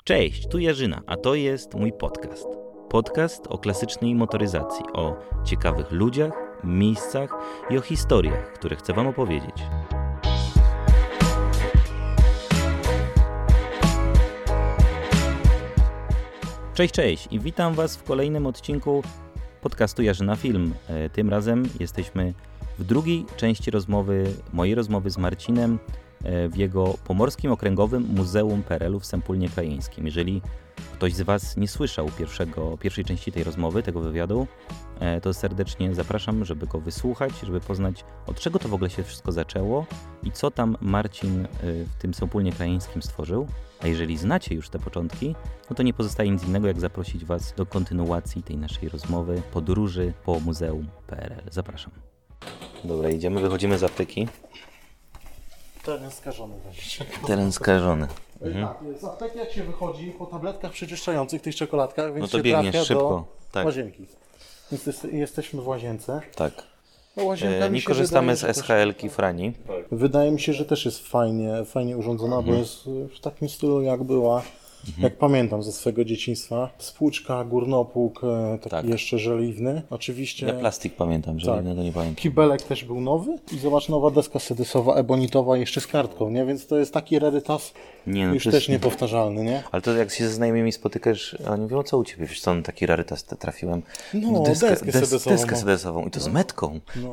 Cześć, tu Jarzyna, a to jest mój podcast. Podcast o klasycznej motoryzacji, o ciekawych ludziach, miejscach i o historiach, które chcę Wam opowiedzieć. Cześć i witam Was w kolejnym odcinku podcastu Jarzyna Film. Tym razem jesteśmy w drugiej części mojej rozmowy z Marcinem w jego Pomorskim Okręgowym Muzeum PRL-u w Sępólnie Krajeńskim. Jeżeli ktoś z Was nie słyszał pierwszej części tej rozmowy, tego wywiadu, to serdecznie zapraszam, żeby go wysłuchać, żeby poznać, od czego to w ogóle się wszystko zaczęło i co tam Marcin w tym Sępólnie Krajeńskim stworzył. A jeżeli znacie już te początki, no to nie pozostaje nic innego, jak zaprosić Was do kontynuacji tej naszej rozmowy, podróży po Muzeum PRL. Zapraszam. Dobra, wychodzimy z apteki. Teren skażony. Teren skażony. Tak, z apteki jak się wychodzi po tabletkach przeczyszczających, tych czekoladkach, więc No to się biegniesz trafia szybko. do łazienki. Więc jesteśmy w łazience. Tak. No, łazienka Nie korzystamy z SHL-ki Frani. Wydaje mi się, że też jest fajnie urządzona, bo jest w takim stylu jak była, jak pamiętam ze swego dzieciństwa. Spłuczka, górnopług, taki jeszcze żeliwny. Oczywiście. Ja plastik pamiętam, żeliwnego nie pamiętam. Kibelek też był nowy i zobacz, nowa deska sedesowa, ebonitowa jeszcze z kartką, nie? Więc to jest taki rarytas już też niepowtarzalny, nie? Ale to jak się ze znajomymi spotykasz, oni mówią, co u Ciebie? Wiesz co, on taki rarytas trafiłem. No, deskę sedesową i to z metką. No.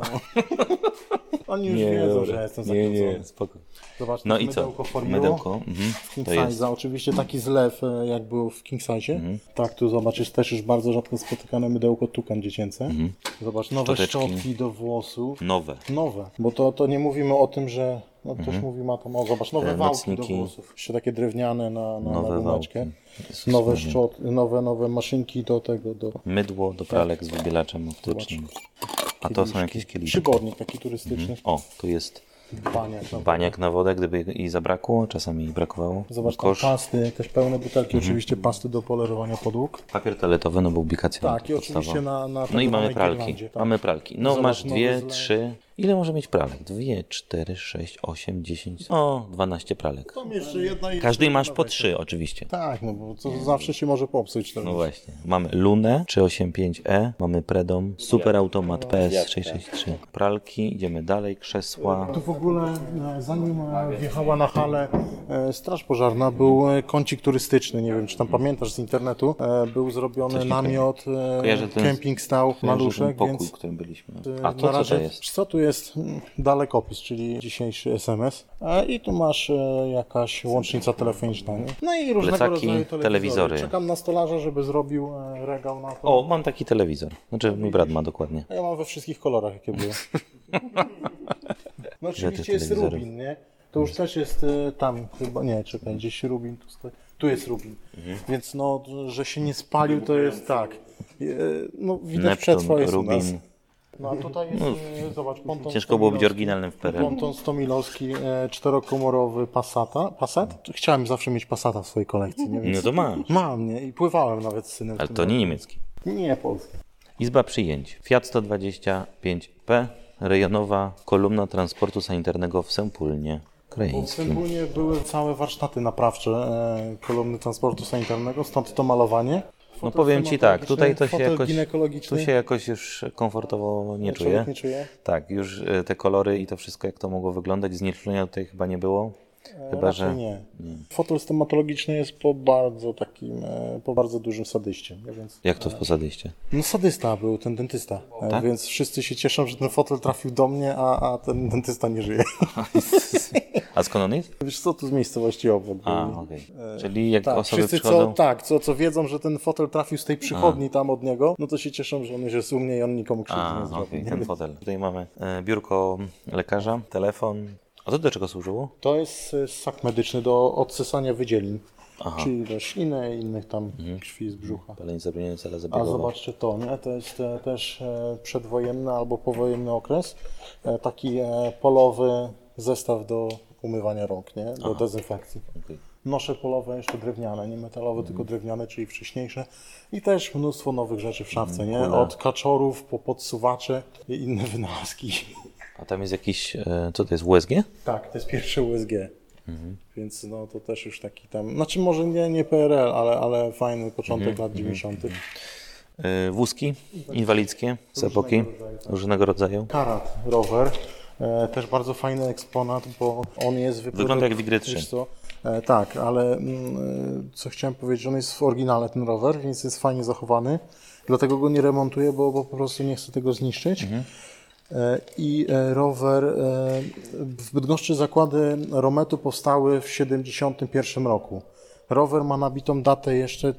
Oni już wiedzą, że ja jestem zakłócony. Nie, spoko. Zobacz, no i mydełko co? Mydełko. W King Size, oczywiście taki zlew, jak był w King Size. Tak, tu zobacz, jest też już bardzo rzadko spotykane mydełko Tukan dziecięce. Zobacz, nowe szczotki do włosów. Nowe, bo to nie mówimy o tym, że też mówimy o tym, zobacz, nowe wałki do włosów. Jeszcze takie drewniane na gumeczkę. Nowe nowe maszynki do tego. Mydło do pralek z wybielaczem optycznym. A to są jakieś kieliszki. Przybornik taki turystyczny. O, tu jest baniak na wodę, gdyby jej zabrakło, czasami jej brakowało. Zobacz, tam pasty, jakieś pełne butelki, oczywiście pasty do polerowania podłóg. Papier toaletowy, no bo ubikacja. Tak, i oczywiście na no i mamy pralki. Tak. Mamy pralki. No zobacz, masz 2, 3. Ile może mieć pralek? 2, 4, 6, 8, 10. 12 pralek. Tam jeszcze jedna. Każdej masz po 3 oczywiście. Tak, no bo to zawsze się może popsuć. No właśnie. Mamy Lunę 385E, mamy Predom, Super Automat PS663. Pralki, idziemy dalej, krzesła. Tu w ogóle, zanim wjechała na halę straż pożarna, był kącik turystyczny, nie wiem czy tam pamiętasz z internetu, był zrobiony namiot, kemping stał, maluszek, pokój, więc w którym byliśmy. A to co to jest? Co tu jest? Dalekopis, czyli dzisiejszy SMS. I tu masz jakaś łącznica telefoniczna. Nie? No i różnego plecaki, rodzaju telewizory. Czekam na stolarza, żeby zrobił regał na to. O, mam taki telewizor. Znaczy mój brat ma dokładnie. A ja mam we wszystkich kolorach, jakie były. No oczywiście jest Rubin, nie? To już też jest tam chyba, nie, czekaj, gdzieś Rubin tu stoi. Tu jest Rubin. Więc no, że się nie spalił, to jest tak. No widać przetrwał jest Rubin. u nas. No a tutaj jest, zobacz, ponton. Ciężko było być oryginalnym w PRL. Ponton stomilowski, czterokomorowy Passat? Chciałem zawsze mieć Passata w swojej kolekcji, nie? Więc No to masz. mam, nie? I pływałem nawet z synem. Ale to nie niemiecki. Nie, polski. Izba przyjęć. Fiat 125P. Rejonowa kolumna transportu sanitarnego w Sępólnie Krajeńskim. W Sępólnie były całe warsztaty naprawcze kolumny transportu sanitarnego, stąd to malowanie. No powiem Ci tak, tutaj to się jakoś już komfortowo nie czuję. Nie czuje? Tak, już te kolory i to wszystko jak to mogło wyglądać, znieczulenia tutaj chyba nie było. Chyba, że nie. Fotel stomatologiczny jest po bardzo dużym sadyście. Więc... Jak to po sadyście? No sadysta był ten dentysta, tak? Więc wszyscy się cieszą, że ten fotel trafił do mnie, a ten dentysta nie żyje. A skąd on jest? Wiesz co, tu z miejscowości obok. Okej. Czyli jak osoby wszyscy przychodzą... co wiedzą, że ten fotel trafił z tej przychodni tam od niego, no to się cieszą, że on już jest u mnie i on nikomu krzywdy nie zrobi. Ten fotel. Tutaj mamy biurko lekarza, telefon. A to do czego służyło? To jest ssak medyczny do odsysania wydzielin. Czyli do śliny i innych tam krwi z brzucha. Palenie zabronione cele zabiegowe. A zobaczcie to, nie? To jest też przedwojenny albo powojenny okres. Taki polowy zestaw do umywania rąk, nie? Do dezynfekcji. Okay. Nosze polowe jeszcze drewniane, nie metalowe, tylko drewniane, czyli wcześniejsze. I też mnóstwo nowych rzeczy w szafce, nie? Od kaczorów po podsuwacze i inne wynalazki. A tam jest jakiś, co to jest, USG? Tak, to jest pierwsze USG. Więc no to też już taki tam, znaczy może nie PRL, ale fajny początek lat 90. Wózki inwalidzkie z epoki, różnego rodzaju. Karat rower, też bardzo fajny eksponat, bo on jest wygląda jak Wigry 3. Tak, ale co chciałem powiedzieć, że on jest w oryginale ten rower, więc jest fajnie zachowany, dlatego go nie remontuję, bo po prostu nie chcę tego zniszczyć. I rower, w Bydgoszczy zakłady Rometu powstały w 1971 roku. Rower ma nabitą datę jeszcze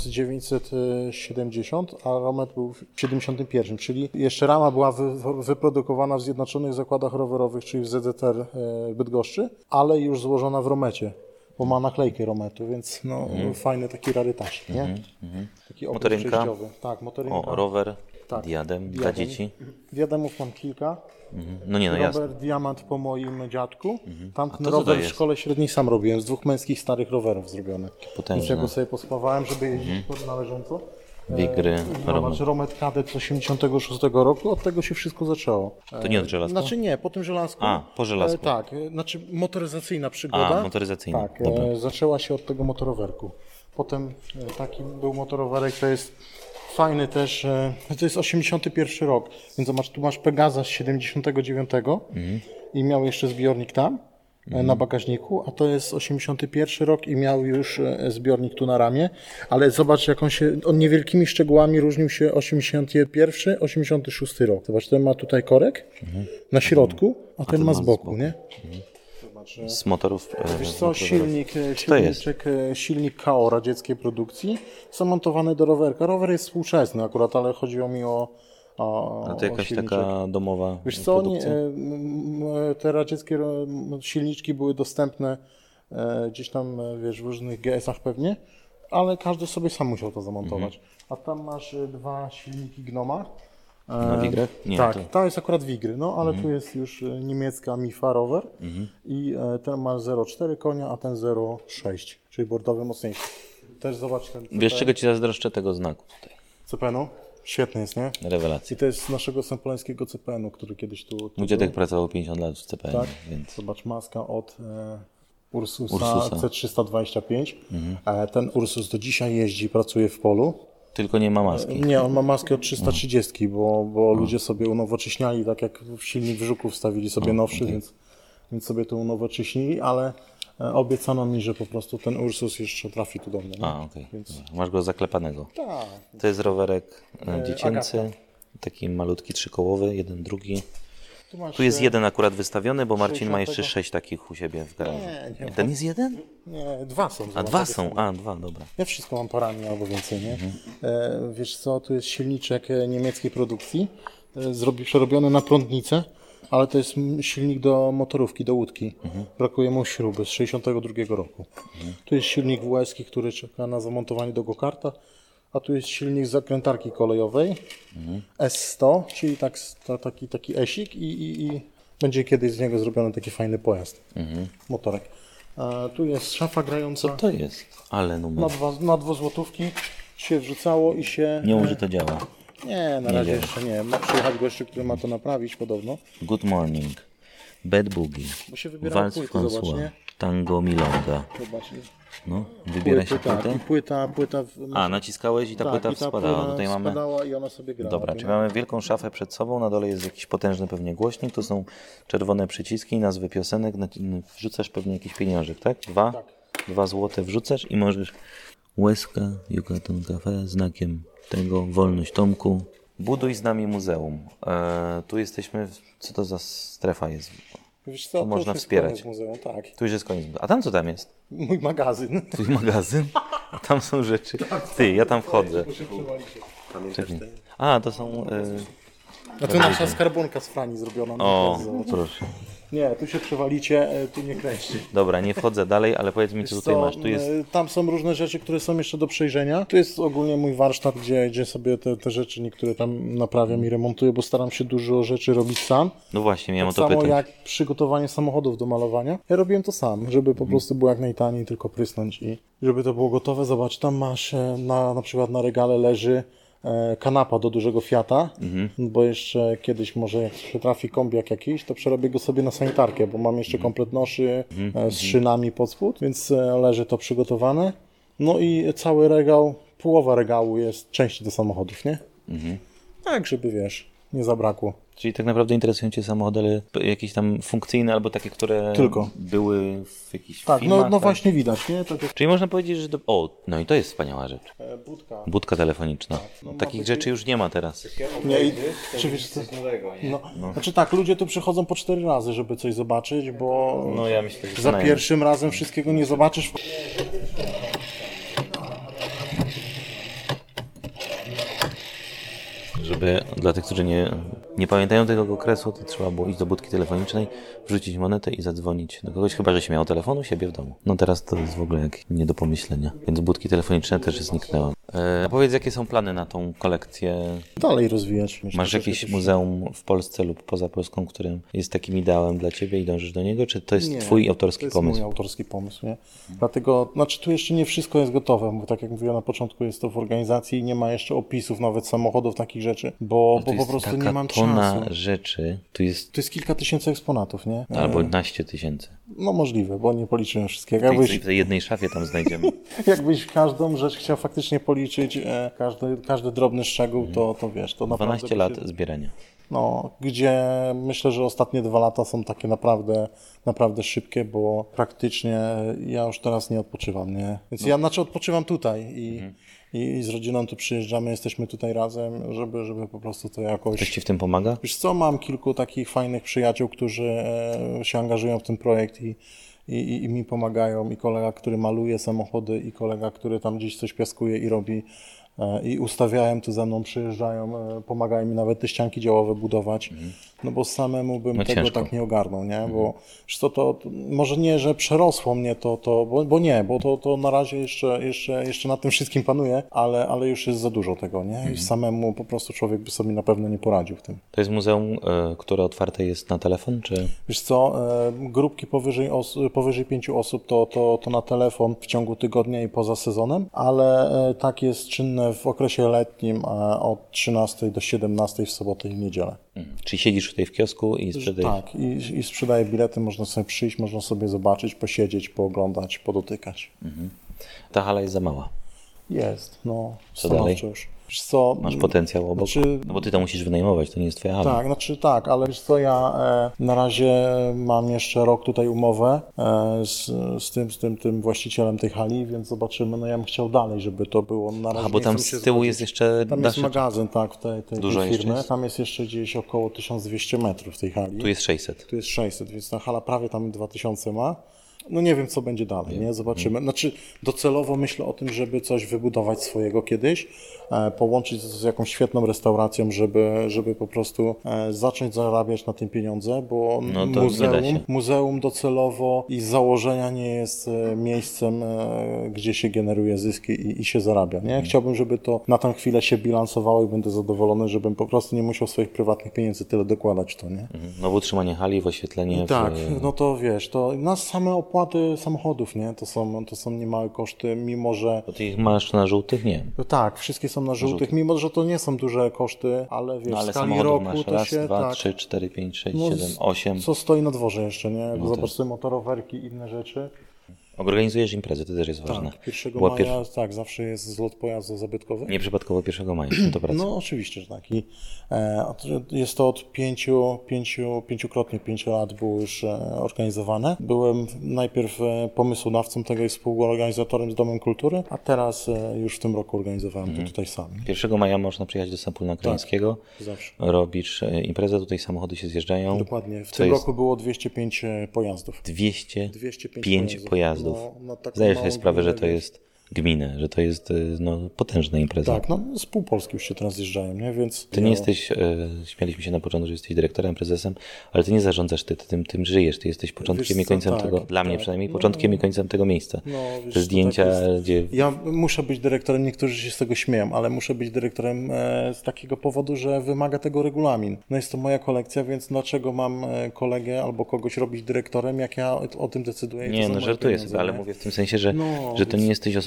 1970, a Romet był w 1971, czyli jeszcze rama była wyprodukowana w Zjednoczonych Zakładach Rowerowych, czyli w ZZR Bydgoszczy, ale już złożona w Romecie, bo ma naklejkę Rometu, więc no, fajny taki rarytaż, nie? Taki obóz przejściowy. Tak, motorynka. O, rower, tak. Diadem dla dzieci. Diademów mam kilka. No nie, no jasne. Rower Diamant po moim dziadku. Tamten rower w szkole średniej sam robiłem, z 2 męskich starych rowerów zrobiony. Więc ja go sobie pospawałem, żeby jeździć należąco. Wigry, Romet Kadett z 86 roku, od tego się wszystko zaczęło. To nie od żelazka? Znaczy nie, po tym żelazku. A, po żelazku. Tak, znaczy motoryzacyjna przygoda. A, motoryzacyjna, tak, dobra. Zaczęła się od tego motorowerku. Potem taki był motorowerek, to jest fajny też, to jest 81 rok, więc zobacz, tu masz Pegaza z 79 i miał jeszcze zbiornik tam na bagażniku, a to jest 81 rok i miał już zbiornik tu na ramię, ale zobacz, jak on niewielkimi szczegółami różnił się 81, 86 rok. Zobacz, ten ma tutaj korek na środku, a ten ma z boku, nie? Z motorów. Wiesz co, silnik KO radzieckiej produkcji, zamontowany do rowerka. Rower jest współczesny akurat, ale chodziło mi o A to jakaś taka domowa. Wiesz co, te radzieckie silniczki były dostępne gdzieś tam, wiesz, w różnych GS-ach pewnie, ale każdy sobie sam musiał to zamontować. A tam masz 2 silniki Gnoma. Na Wigrach? Nie, tak, to jest akurat Wigry, no ale tu jest już niemiecka Mifa rower i ten ma 0,4 konia, a ten 0,6, czyli bordowy mocniejszy. Też zobacz ten CPN. Wiesz, czego ci zazdroszczę tego znaku tutaj? CPN-u? Świetny jest, nie? Rewelacja. I to jest z naszego sępoleńskiego CPN-u, który kiedyś tu... Mój dziadek pracował 50 lat w CPN, tak? Więc... Zobacz, maska od Ursusa. C325. Ten Ursus do dzisiaj jeździ, pracuje w polu. Tylko nie ma maski. Nie, on ma maskę od 330, bo ludzie sobie unowocześniali, tak jak w silnik w Żuku wstawili sobie nowszy, więc sobie to unowocześnili, ale obiecano mi, że po prostu ten Ursus jeszcze trafi tu do mnie. A, okej. Więc... Masz go zaklepanego. Tak. To jest rowerek dziecięcy, Agatka. Taki malutki, 3-kołowy, jeden, drugi. Tu jest jeden akurat wystawiony, bo Marcin ma jeszcze 6 takich u siebie w garażu. Nie, ten jest jeden? Nie, 2 są. A 2 są, dobra. Ja wszystko mam parami albo więcej, nie? Wiesz co, tu jest silniczek niemieckiej produkcji, przerobiony na prądnicę, ale to jest silnik do motorówki, do łódki. Brakuje mu śruby z 62 roku. Tu jest silnik WS-ki, który czeka na zamontowanie do go-karta, a tu jest silnik z zakrętarki kolejowej S100, czyli taki esik i będzie kiedyś z niego zrobiony taki fajny pojazd, motorek. Tu jest szafa grająca. Co to jest? Ale numer. Na 2 złotówki się wrzucało i się... Nie mów, że to działa. Nie, na razie jeszcze nie. Ma przyjechać gościu, który ma to naprawić podobno. Good morning. Bad Boogie. Bo się wybierało Waltz płyty, zobacz, nie? Tango Milonga. Zobacz. No, wybiera się płytę. Tak, płyta naciskałeś i ta płyta spadała. Tutaj mamy... spadała i ona sobie grała. Dobra, czyli mamy wielką szafę przed sobą, na dole jest jakiś potężny pewnie głośnik, tu są czerwone przyciski, nazwy piosenek, wrzucasz pewnie jakiś pieniążek, tak? 2 złote wrzucasz i możesz łezka, Yucatan Cafe, znakiem tego, wolność Tomku. Buduj z nami muzeum. Tu jesteśmy, co to za strefa jest? Wiesz co, tu można wspierać. Muzeum, tak. Tu już jest koniec. A tam co tam jest? Mój magazyn. Twój magazyn? A tam są rzeczy. Ty, ja tam wchodzę. A, to są... A to nasza skarbonka z Frani zrobiona. O, proszę. Nie, tu się przewalicie, tu nie kręćcie. Dobra, nie wchodzę dalej, ale powiedz mi, co tutaj masz. Tu jest... Tam są różne rzeczy, które są jeszcze do przejrzenia. Tu jest ogólnie mój warsztat, gdzie sobie te rzeczy niektóre tam naprawiam i remontuję, bo staram się dużo rzeczy robić sam. No właśnie, miałem tak o to pytać. samo jak przygotowanie samochodów do malowania. Ja robiłem to sam, żeby po prostu było jak najtaniej, tylko prysnąć i żeby to było gotowe. Zobacz, tam masz na przykład na regale leży kanapa do dużego Fiata, bo jeszcze kiedyś może jak się trafi kombiak jakiś, to przerobię go sobie na sanitarkę, bo mam jeszcze komplet noszy z szynami pod spód, więc leży to przygotowane. No i cały regał, połowa regału jest części do samochodów, nie? Tak, żeby wiesz, nie zabrakło. Czyli tak naprawdę interesują Cię samochody, ale jakieś tam funkcyjne albo takie, które były w jakichś filmach? No właśnie widać, nie? Tak. Czyli można powiedzieć, że... no i to jest wspaniała rzecz. Budka telefoniczna. Tak. Takich rzeczy już nie ma teraz. Nie, czy wiesz co? Znaczy tak, ludzie tu przychodzą po 4 razy, żeby coś zobaczyć, bo ja myślę, że za pierwszym razem wszystkiego nie zobaczysz. Żeby dla tych, którzy nie pamiętają tego okresu, to trzeba było iść do budki telefonicznej, wrzucić monetę i zadzwonić do kogoś, chyba że się miało telefon u siebie w domu. No teraz to jest w ogóle jakieś nie do pomyślenia, więc budki telefoniczne też zniknęły. A powiedz, jakie są plany na tą kolekcję? Dalej rozwijać. Masz jakieś muzeum w Polsce lub poza Polską, którym jest takim ideałem dla Ciebie i dążysz do niego, czy to jest Twój autorski pomysł? To jest mój autorski pomysł, nie? Dlatego, tu jeszcze nie wszystko jest gotowe, bo tak jak mówiłem na początku, jest to w organizacji i nie ma jeszcze opisów nawet samochodów, takich rzeczy, bo po prostu nie mam czasu. Rzeczy, to jest kilka tysięcy eksponatów, nie? Albo 11 tysięcy. No możliwe, bo nie policzyłem wszystkiego. W tej jednej szafie tam znajdziemy. Jakbyś każdą rzecz chciał faktycznie policzyć, każdy drobny szczegół, to wiesz, to naprawdę... 12 lat zbierania. No, gdzie myślę, że ostatnie 2 lata są takie naprawdę szybkie, bo praktycznie ja już teraz nie odpoczywam, nie? Więc ja odpoczywam tutaj i z rodziną tu przyjeżdżamy, jesteśmy tutaj razem, żeby po prostu to jakoś... Ktoś Ci w tym pomaga? Wiesz co, mam kilku takich fajnych przyjaciół, którzy się angażują w ten projekt i mi pomagają, i kolega, który maluje samochody, i kolega, który tam gdzieś coś piaskuje i robi, i ustawiają tu ze mną, przyjeżdżają, pomagają mi nawet te ścianki działowe budować, no bo samemu bym tego ciężko. Tak nie ogarnął, nie? Bo wiesz co, to może nie, że przerosło mnie bo to na razie jeszcze nad tym wszystkim panuje, ale już jest za dużo tego, nie? I samemu po prostu człowiek by sobie na pewno nie poradził w tym. To jest muzeum, które otwarte jest na telefon, czy? Wiesz co, grupki powyżej 5 osób to na telefon w ciągu tygodnia i poza sezonem, ale tak jest czynne w okresie letnim od 13 do 17 w sobotę i w niedzielę. Czyli siedzisz tutaj w kiosku i sprzedajesz? Tak, i sprzedaję bilety, można sobie przyjść, można sobie zobaczyć, posiedzieć, pooglądać, podotykać. Ta hala jest za mała. Jest, Co dalej? Wiesz co, masz potencjał obok? No bo ty to musisz wynajmować, to nie jest twoja hala. Tak, ale wiesz co, ja na razie mam jeszcze rok tutaj umowę z tym właścicielem tej hali, więc zobaczymy, ja bym chciał dalej, żeby to było na razie. Bo tam z tyłu jest jeszcze... Tam jest magazyn, tak, tej firmy. Jest? Tam jest jeszcze gdzieś około 1200 metrów w tej hali. Tu jest 600. Tu jest 600, więc ta hala prawie tam 2000 ma. No nie wiem, co będzie dalej, nie? Zobaczymy. Docelowo myślę o tym, żeby coś wybudować swojego kiedyś, połączyć z jakąś świetną restauracją, żeby po prostu zacząć zarabiać na tym pieniądze, bo muzeum docelowo i z założenia nie jest miejscem, gdzie się generuje zyski i się zarabia, nie? Chciałbym, żeby to na tę chwilę się bilansowało i będę zadowolony, żebym po prostu nie musiał swoich prywatnych pieniędzy tyle dokładać w to, nie? No w utrzymanie hali, w oświetlenie... Tak, no to wiesz, to nas same opłaty samochodów, nie? To są niemałe koszty, mimo że... To ty ich masz na żółtych? Nie. Tak, wszystkie są na żółtych, mimo że to nie są duże koszty, ale wiesz, ale w skali roku masz to raz, się... 2, 3, 4, 5, 6, 7, 8... Co stoi na dworze jeszcze, nie? Zobacz sobie motorowerki i inne rzeczy. Organizujesz imprezę, to też jest ważne. Tak, 1 maja, tak, zawsze jest zlot pojazdów zabytkowych. Nieprzypadkowo 1 maja to praca. No oczywiście, że tak. I jest to od pięciokrotnie 5 lat było już organizowane. Byłem najpierw pomysłodawcą tego i współorganizatorem z Domem Kultury, a teraz już w tym roku organizowałem to tutaj sam. 1 maja można przyjechać do Sępólna Krajeńskiego. Tak, zawsze. Robisz imprezę, tutaj samochody się zjeżdżają. Dokładnie. W tym roku było 205 pojazdów. 205 pojazdów. Zdajesz sobie sprawę, że to jest gminę, że to jest potężna impreza. Tak, z pół Polski już się teraz zjeżdżają, nie? Więc ty nie jesteś, śmialiśmy się na początku, że jesteś dyrektorem, prezesem, ale ty nie zarządzasz, ty tym żyjesz, ty jesteś początkiem i końcem tego, dla mnie przynajmniej, początkiem i końcem tego miejsca. Te zdjęcia, gdzie... Ja muszę być dyrektorem, niektórzy się z tego śmieją, ale muszę być dyrektorem z takiego powodu, że wymaga tego regulamin. Jest to moja kolekcja, więc dlaczego mam kolegę albo kogoś robić dyrektorem, jak ja o tym decyduję? Nie, żartuję sobie, ale mówię w tym sensie, że to nie jesteś osobą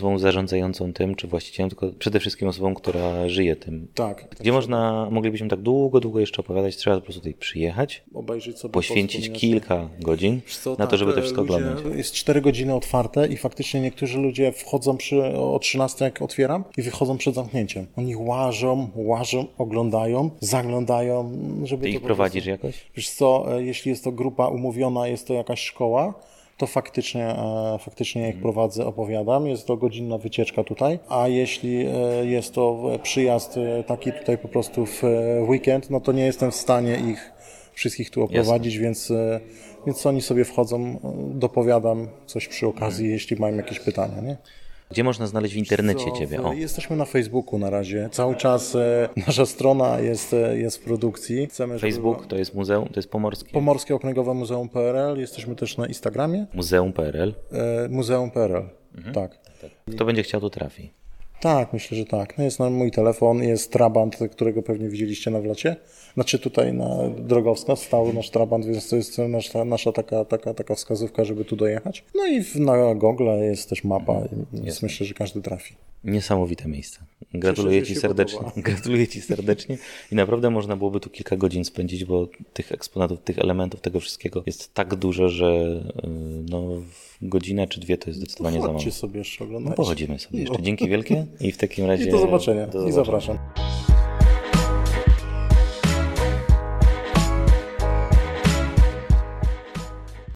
osobą zarządzającą tym, czy właścicielem, tylko przede wszystkim osobą, która żyje tym. Tak. Gdzie moglibyśmy tak długo jeszcze opowiadać, trzeba po prostu tutaj przyjechać, obejrzeć sobie, poświęcić kilka godzin na to, żeby to wszystko oglądać. Jest 4 godziny otwarte i faktycznie niektórzy ludzie wchodzą o 13, jak otwieram, i wychodzą przed zamknięciem. Oni łażą, oglądają, zaglądają, żeby Ty ich prowadzisz jakoś? Wiesz co, jeśli jest to grupa umówiona, jest to jakaś szkoła, to faktycznie ja ich prowadzę, opowiadam. Jest to godzinna wycieczka tutaj, a jeśli jest to przyjazd taki tutaj po prostu w weekend, no to nie jestem w stanie ich wszystkich tu oprowadzić, więc oni sobie wchodzą, dopowiadam coś przy okazji, jeśli mają jakieś pytania, nie? Gdzie można znaleźć w internecie Ciebie? Jesteśmy na Facebooku na razie. Cały czas nasza strona jest w produkcji. Facebook to jest muzeum, to jest pomorskie. Pomorskie Okręgowe Muzeum PRL. Jesteśmy też na Instagramie. Muzeum PRL? Muzeum PRL, tak. Kto będzie chciał, to trafi. Tak, myślę, że tak. No jest mój telefon, jest Trabant, którego pewnie widzieliście na wlocie. Znaczy tutaj na Drogowska stał nasz Trabant, więc to jest nasza taka wskazówka, żeby tu dojechać. No i na Google jest też mapa, więc myślę, że każdy trafi. Niesamowite miejsce. Gratuluję Ci serdecznie. Gratuluję Ci serdecznie i naprawdę można byłoby tu kilka godzin spędzić, bo tych eksponatów, tych elementów, tego wszystkiego jest tak dużo, że godzinę czy dwie to jest zdecydowanie za mało. Chodźcie sobie jeszcze oglądać. Pochodzimy sobie jeszcze. Dzięki wielkie i w takim razie... I do zobaczenia. I zapraszam.